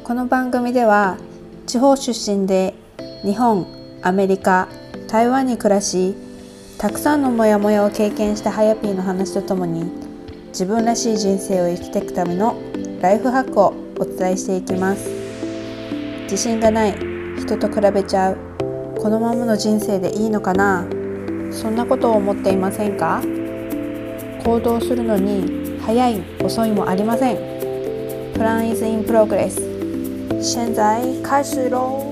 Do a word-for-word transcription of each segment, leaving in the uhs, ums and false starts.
この番組では地方出身で日本、アメリカ、台湾に暮らしたくさんのモヤモヤを経験したはやぴーの話とともに自分らしい人生を生きていくためのライフハックをお伝えしていきます。自信がない、人と比べちゃう、このままの人生でいいのかな、そんなことを思っていませんか？行動するのに早い遅いもありません。Plan is in progress。現在開始喽。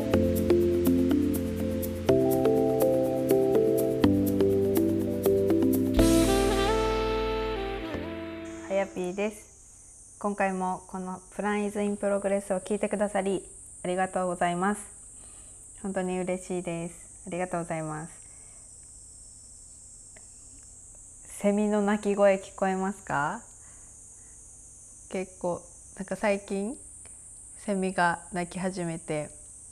はやぴーです。今回もこの Plan is in progress を聞いてくださりありがとうございます。本当に嬉しいです。ありがとうございます。セミの鳴き声聞こえますか？結構なんか最近セミが鳴き始めて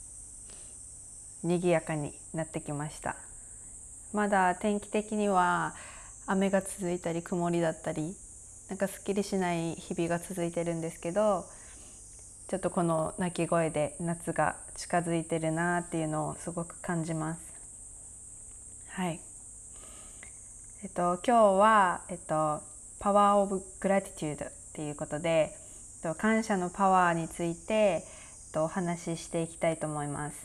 賑やかになってきました。まだ天気的には雨が続いたり曇りだったりなんかすっきりしない日々が続いてるんですけど、ちょっとこの鳴き声で夏が近づいてるなっていうのをすごく感じます。はい。えっと今日はえっとパワーオブグラティチュードっていうことで、感謝のパワーについてお話ししていきたいと思います。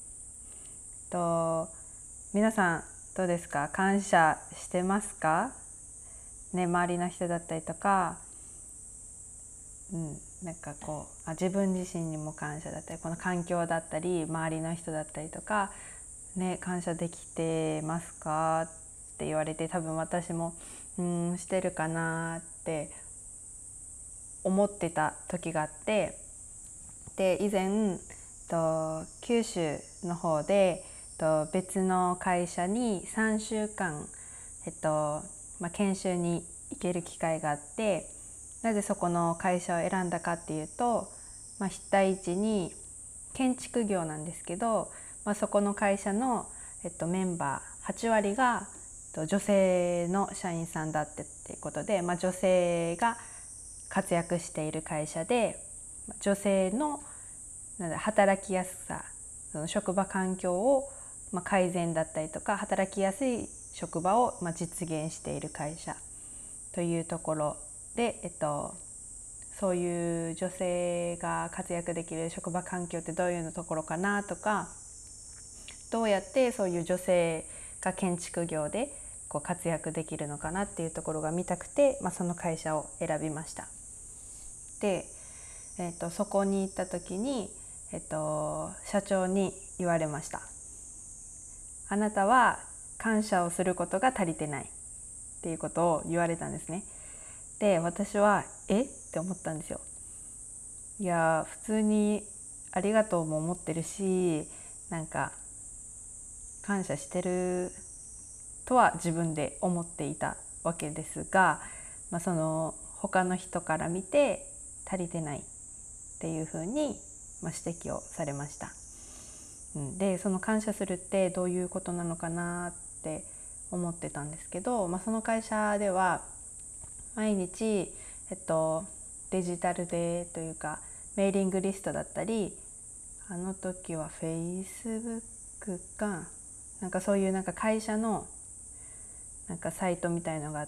と皆さんどうですか？感謝してますか？ね、周りの人だったりとか、うん、なんかこうあ自分自身にも感謝だったり、この環境だったり周りの人だったりとか、ね、感謝できてますかって言われて、多分私もうんしてるかなって思ってた時があって、で以前と九州の方でと別の会社にさんしゅうかん、えっとまあ、研修に行ける機会があって、なぜそこの会社を選んだかっていうと、まあ、第一に建築業なんですけど、まあ、そこの会社の、えっと、メンバーはちわりが女性の社員さんだってっていうことで、まあ、女性が活躍している会社で、女性のなんだ働きやすさ、その職場環境をまあ改善だったりとか、働きやすい職場をまあ実現している会社というところで、えっと、そういう女性が活躍できる職場環境ってどういうところかなとか、どうやってそういう女性が建築業でこう活躍できるのかなっていうところが見たくて、まあ、その会社を選びました。で、えっと、そこに行った時に、えっと、社長に言われました。あなたは感謝をすることが足りてないっていうことを言われたんですね。で、私はえって思ったんですよ。いや普通にありがとうも思ってるし、なんか感謝してるとは自分で思っていたわけですが、まあ、その他の人から見て足りてないっていうふうに指摘をされました。で、その感謝するってどういうことなのかなって思ってたんですけど、まあ、その会社では毎日、えっと、デジタルでというかメーリングリストだったり、あの時はフェイスブックかなんかそういうなんか会社のなんかサイトみたいのがあって、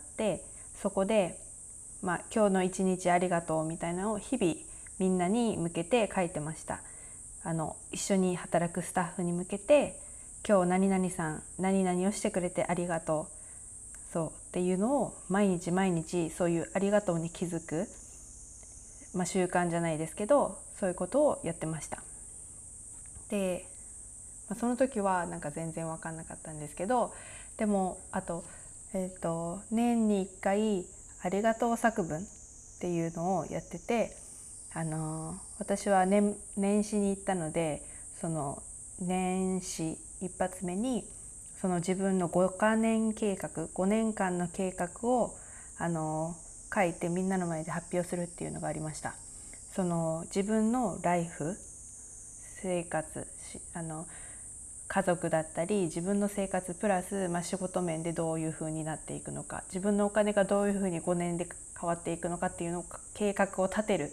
そこで、まあ、今日の一日ありがとうみたいなのを日々みんなに向けて書いてました。あの一緒に働くスタッフに向けて、今日何々さん何々をしてくれてありがとう、そうっていうのを毎日毎日そういうありがとうに気づく、まあ、習慣じゃないですけどそういうことをやってました。で、まあ、その時はなんか全然分かんなかったんですけど、でもあと、えーと、年にいっかいありがとう作文っていうのをやってて、あの私は 年, 年始に行ったので、その年始一発目にその自分のごかねん計画、ごねんかんの計画をあの書いてみんなの前で発表するっていうのがありました。その自分のライフ生活、あの家族だったり自分の生活プラス、まあ、仕事面でどういうふうになっていくのか、自分のお金がどういうふうにごねんで変わっていくのかっていうのを計画を立てる、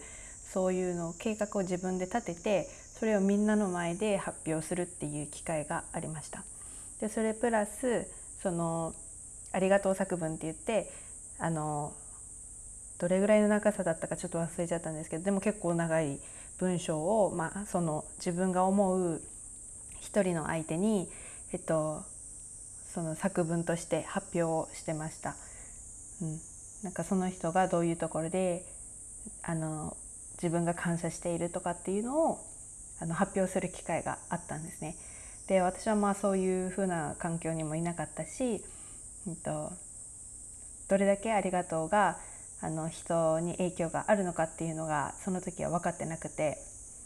そういうのを計画を自分で立てて、それをみんなの前で発表するっていう機会がありました。でそれプラスそのありがとう作文って言って、あのどれぐらいの長さだったかちょっと忘れちゃったんですけど、でも結構長い文章を、まあ、その自分が思う一人の相手に、えっと、その作文として発表してました。うん、なんかその人がどういうところであの自分が感謝しているとかっていうのをあの発表する機会があったんですね。で私はまあそういうふうな環境にもいなかったし、えっと、どれだけありがとうがあの人に影響があるのかっていうのがその時は分かってなくて、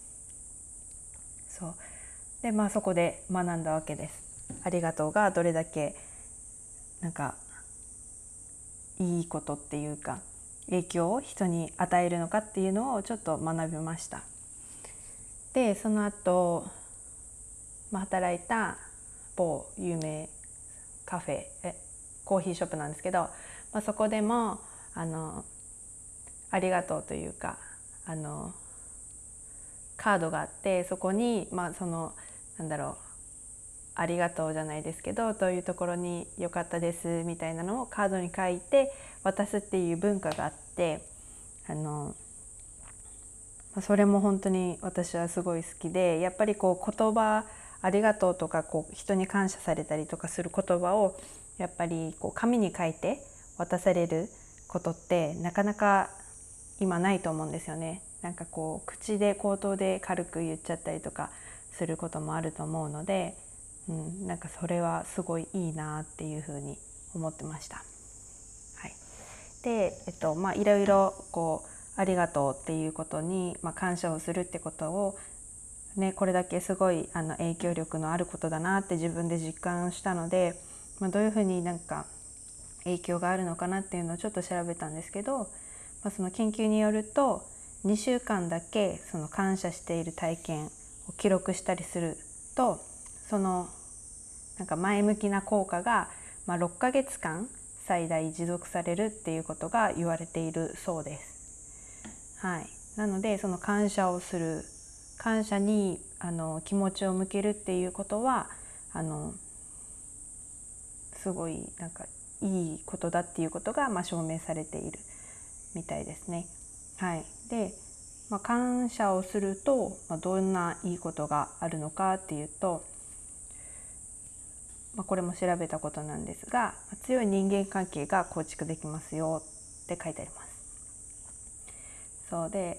そうで、まあ、そこで学んだわけです。ありがとうがどれだけなんかいいことっていうか影響を人に与えるのかっていうのをちょっと学びました。でその後、まあ、働いた某有名カフェえコーヒーショップなんですけど、まあ、そこでもあのありがとうというかあのカードがあって、そこにまあそのなんだろうありがとうじゃないですけど、どういうところに良かったですみたいなのをカードに書いて渡すっていう文化があって、あのそれも本当に私はすごい好きで、やっぱりこう言葉ありがとうとかこう人に感謝されたりとかする言葉をやっぱりこう紙に書いて渡されることってなかなか今ないと思うんですよね。なんかこう口で口頭で軽く言っちゃったりとかすることもあると思うので、うん、なんかそれはすごいいいなっていうふうに思ってました。はい、で、えっとまあ、いろいろこうありがとうっていうことに、まあ、感謝をするってことを、ね、これだけすごいあの影響力のあることだなって自分で実感したので、まあ、どういうふうになんか影響があるのかなっていうのをちょっと調べたんですけど、まあ、その研究によるとにしゅうかんだけその感謝している体験を記録したりすると、そのなんか前向きな効果が、まあ、ろっかげつかん最大持続されるっていうことが言われているそうです。はい、なのでその感謝をする、感謝にあの気持ちを向けるっていうことはあのすごいなんかいいことだっていうことが、まあ、証明されているみたいですね。はい、で、まあ、感謝をすると、まあ、どんないいことがあるのかっていうと、まあ、これも調べたことなんですが、強い人間関係が構築できますよって書いてあります。そうで、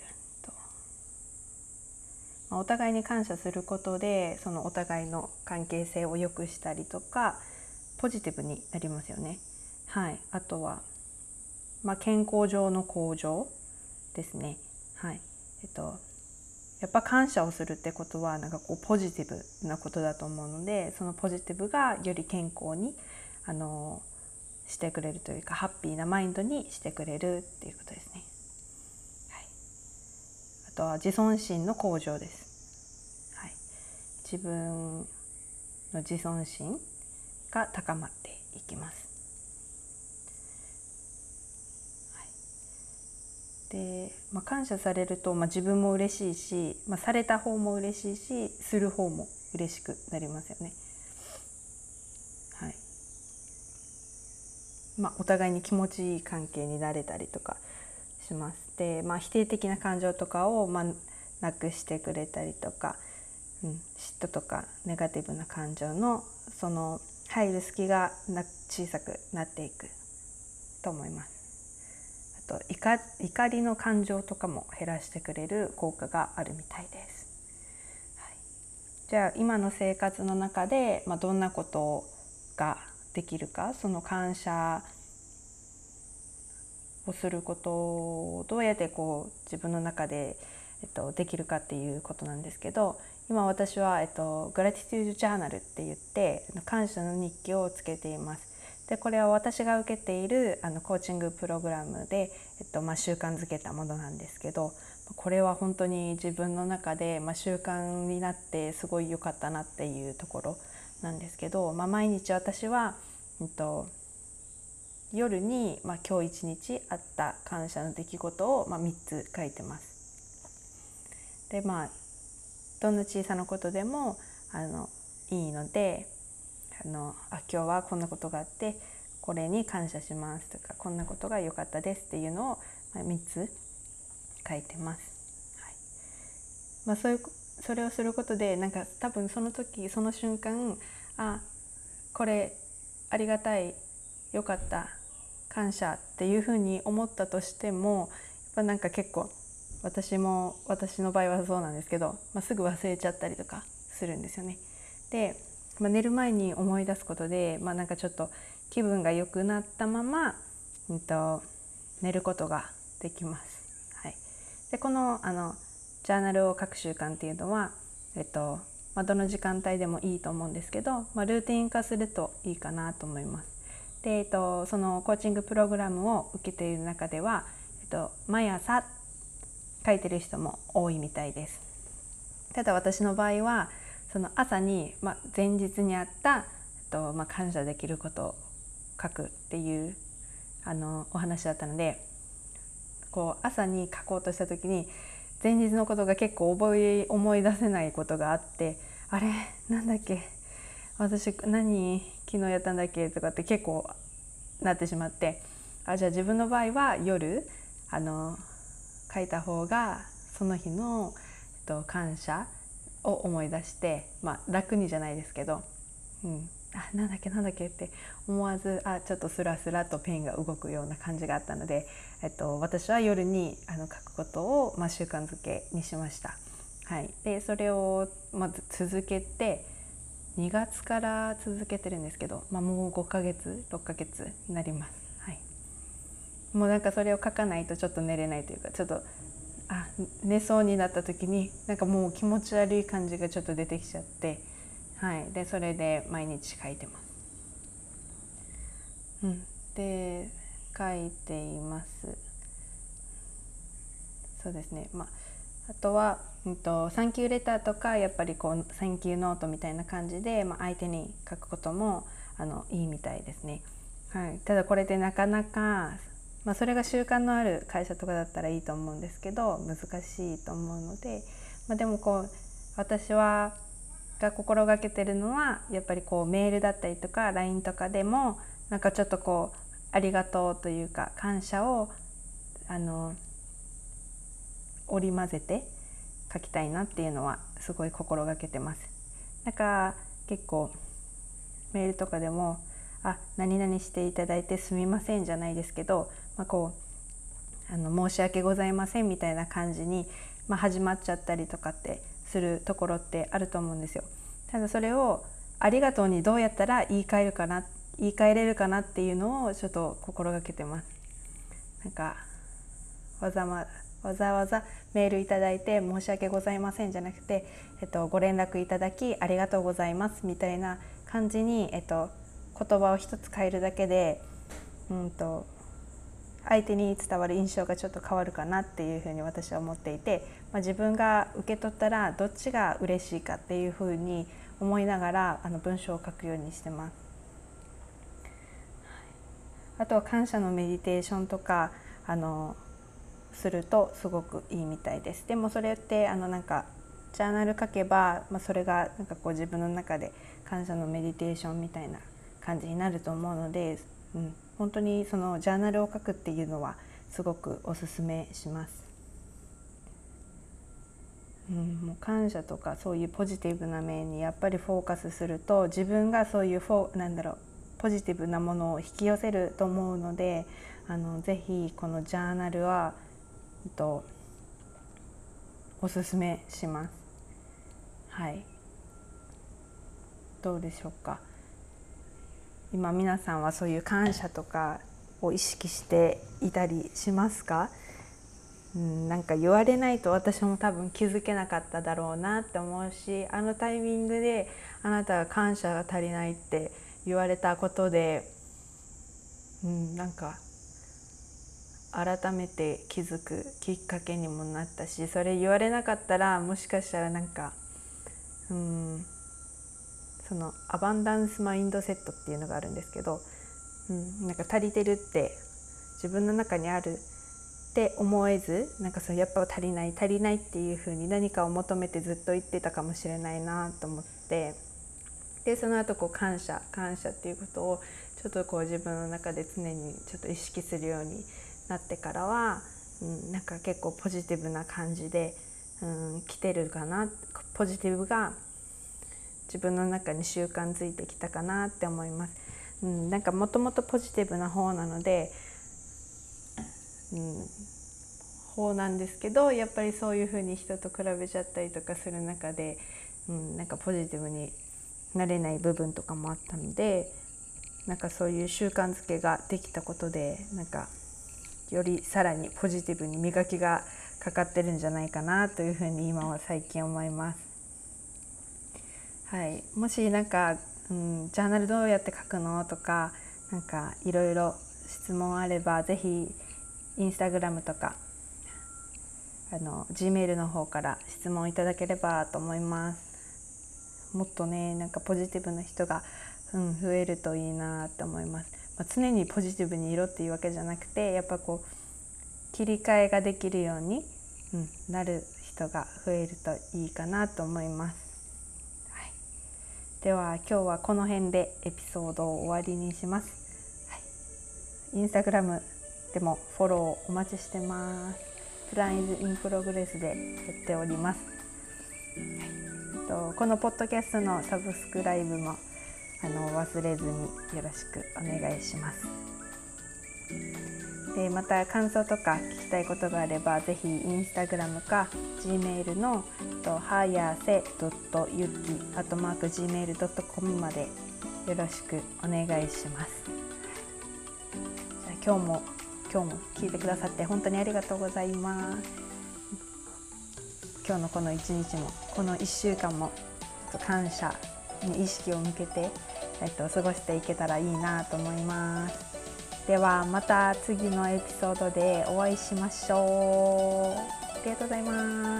まあ、お互いに感謝することでそのお互いの関係性を良くしたりとかポジティブになりますよね。はい、あとは、まあ、健康上の向上ですね。はい、えっとやっぱ感謝をするってことはなんかこうポジティブなことだと思うので、そのポジティブがより健康にあのしてくれるというかハッピーなマインドにしてくれるっていうことですね。はい、あとは自尊心の向上です。はい、自分の自尊心が高まっていきます。で、まあ、感謝されると、まあ、自分も嬉しいし、まあ、された方も嬉しいし、する方も嬉しくなりますよね。はい、まあ、お互いに気持ちいい関係になれたりとかします。で、まあ、否定的な感情とかを、まあ、なくしてくれたりとか、うん、嫉妬とかネガティブな感情のその入る隙がな小さくなっていくと思います。あと 怒, 怒りの感情とかも減らしてくれる効果があるみたいです。はい、じゃあ今の生活の中で、まあ、どんなことができるか、その感謝をすることをどうやってこう自分の中で、えっと、できるかっていうことなんですけど、今私は、えっと、グラティテュードジャーナルって言って感謝の日記をつけています。でこれは私が受けているあのコーチングプログラムで、えっとまあ、習慣づけたものなんですけど、これは本当に自分の中で、まあ、習慣になってすごい良かったなっていうところなんですけど、まあ、毎日私は、えっと、夜に、まあ、今日一日あった感謝の出来事を、まあ、みっつ書いてます。 でまあどんな小さなことでもあのいいので、あのあ今日はこんなことがあってこれに感謝しますとか、こんなことが良かったですっていうのを、まあ、みっつ書いてます。はいまあ、そういうそれをすることでなんか多分その時その瞬間、あこれありがたい、良かった、感謝っていうふうに思ったとしても、やっぱなんか結構私も私の場合はそうなんですけど、まあ、すぐ忘れちゃったりとかするんですよね。で、まあ、寝る前に思い出すことで、まあ、なんかちょっと気分が良くなったまま、うん、と寝ることができます。はい、でこのあのジャーナルを書く習慣っていうのは、えっとまあ、どの時間帯でもいいと思うんですけど、まあ、ルーティン化するといいかなと思います。で、えっと、そのコーチングプログラムを受けている中では、えっと、毎朝書いてる人も多いみたいです。ただ私の場合はその朝に、まあ、前日にあった、えっとまあ、感謝できることを書くっていうあのお話だったので、こう朝に書こうとした時に前日のことが結構覚え思い出せないことがあって、あれなんだっけ私何昨日やったんだっけとかって結構なってしまって、あじゃあ自分の場合は夜あの書いた方がその日の、えっと、感謝を思い出して、まあ、楽にじゃないですけど、うん、あなんだっけなんだっけって思わずあちょっとスラスラとペンが動くような感じがあったので、えっと、私は夜にあの書くことを、まあ、習慣づけにしました。はい、でそれをまず続けてにがつから続けてるんですけど、まあ、もうごかげつろっかげつになります。はい、もうなんかそれを書かないとちょっと寝れないというか、ちょっとあ寝そうになった時になんかもう気持ち悪い感じがちょっと出てきちゃって、はい、でそれで毎日書いてます。うん、で書いています。そうですね、まあ、あとは、うんと、サンキューレターとかやっぱりこうサンキューノートみたいな感じで、まあ、相手に書くこともあのいいみたいですね。はい、ただこれでなかなか、まあ、それが習慣のある会社とかだったらいいと思うんですけど難しいと思うので、まあ、でもこう私はが心がけてるのはやっぱりこうメールだったりとか ライン とかでもなんかちょっとこうありがとうというか感謝をあの織り交ぜて書きたいなっていうのはすごい心がけてます。なんか結構メールとかでもあ何々していただいてすみませんじゃないですけど、まあ、こうあの申し訳ございませんみたいな感じに、まあ、始まっちゃったりとかってするところってあると思うんですよ。ただそれをありがとうにどうやったら言い換えるかな言い換えれるかなっていうのをちょっと心がけてます。なんかわざわざわざわざメールいただいて申し訳ございませんじゃなくて、えっと、ご連絡いただきありがとうございますみたいな感じに、えっと、言葉を一つ変えるだけで、うんと、相手に伝わる印象がちょっと変わるかなっていうふうに私は思っていて、まあ、自分が受け取ったらどっちが嬉しいかっていうふうに思いながらあの文章を書くようにしてます。あとは感謝のメディテーションとかあのするとすごくいいみたいです。でもそれってあのなんかジャーナル書けば、まあ、それがなんかこう自分の中で感謝のメディテーションみたいな感じになると思うので、うん、本当にそのジャーナルを書くっていうのはすごくおすすめします。うん、もう感謝とかそういうポジティブな面にやっぱりフォーカスすると自分がそういうフォなんだろうポジティブなものを引き寄せると思うので、あのぜひこのジャーナルは、えっと、おすすめします。はい、どうでしょうか。今皆さんはそういう感謝とかを意識していたりしますか？うん、なんか言われないと私も多分気づけなかっただろうなって思うし、あのタイミングであなたが感謝が足りないって言われたことで、うん、なんか改めて気づくきっかけにもなったし、それ言われなかったらもしかしたらなんか、うん、そのアバンダンスマインドセットっていうのがあるんですけど、うん、なんか足りてるって自分の中にあるって思えず、なんかそうやっぱ足りない足りないっていう風に何かを求めてずっと言ってたかもしれないなと思って、でその後こう感謝感謝っていうことをちょっとこう自分の中で常にちょっと意識するようになってからは、うん、なんか結構ポジティブな感じで、うん、来てるかな、ポジティブが自分の中に習慣づいてきたかなって思います。うん、なんかもともとポジティブな方なので、うん、方なんですけど、やっぱりそういうふうに人と比べちゃったりとかする中で、うん、なんかポジティブになれない部分とかもあったので、なんかそういう習慣づけができたことで、なんかよりさらにポジティブに磨きがかかってるんじゃないかなというふうに今は最近思います。はい、もしなんか、うん、ジャーナルどうやって書くのとか、なんかいろいろ質問あれば、ぜひインスタグラムとかあの Gmail の方から質問いただければと思います。もっとね、なんかポジティブな人が、うん、増えるといいなと思います。まあ、常にポジティブにいろっていうわけじゃなくて、やっぱこう切り替えができるように、うん、なる人が増えるといいかなと思います。はい、では今日はこの辺でエピソードを終わりにします。はい、インスタグラムでもフォローお待ちしてます。プランイズインプログレスでやっております。はい、とこのポッドキャストのサブスクライブもあの忘れずによろしくお願いします。でまた感想とか聞きたいことがあれば、ぜひインスタグラムか Gmail のはやせ .yuki アットマーク ジーメール ドットコム までよろしくお願いします。じゃあ今日も今日も聞いてくださって本当にありがとうございます。今日のこの一日もこのいっしゅうかんも感謝に意識を向けて、えっと、過ごしていけたらいいなと思います。ではまた次のエピソードでお会いしましょう。ありがとうございます。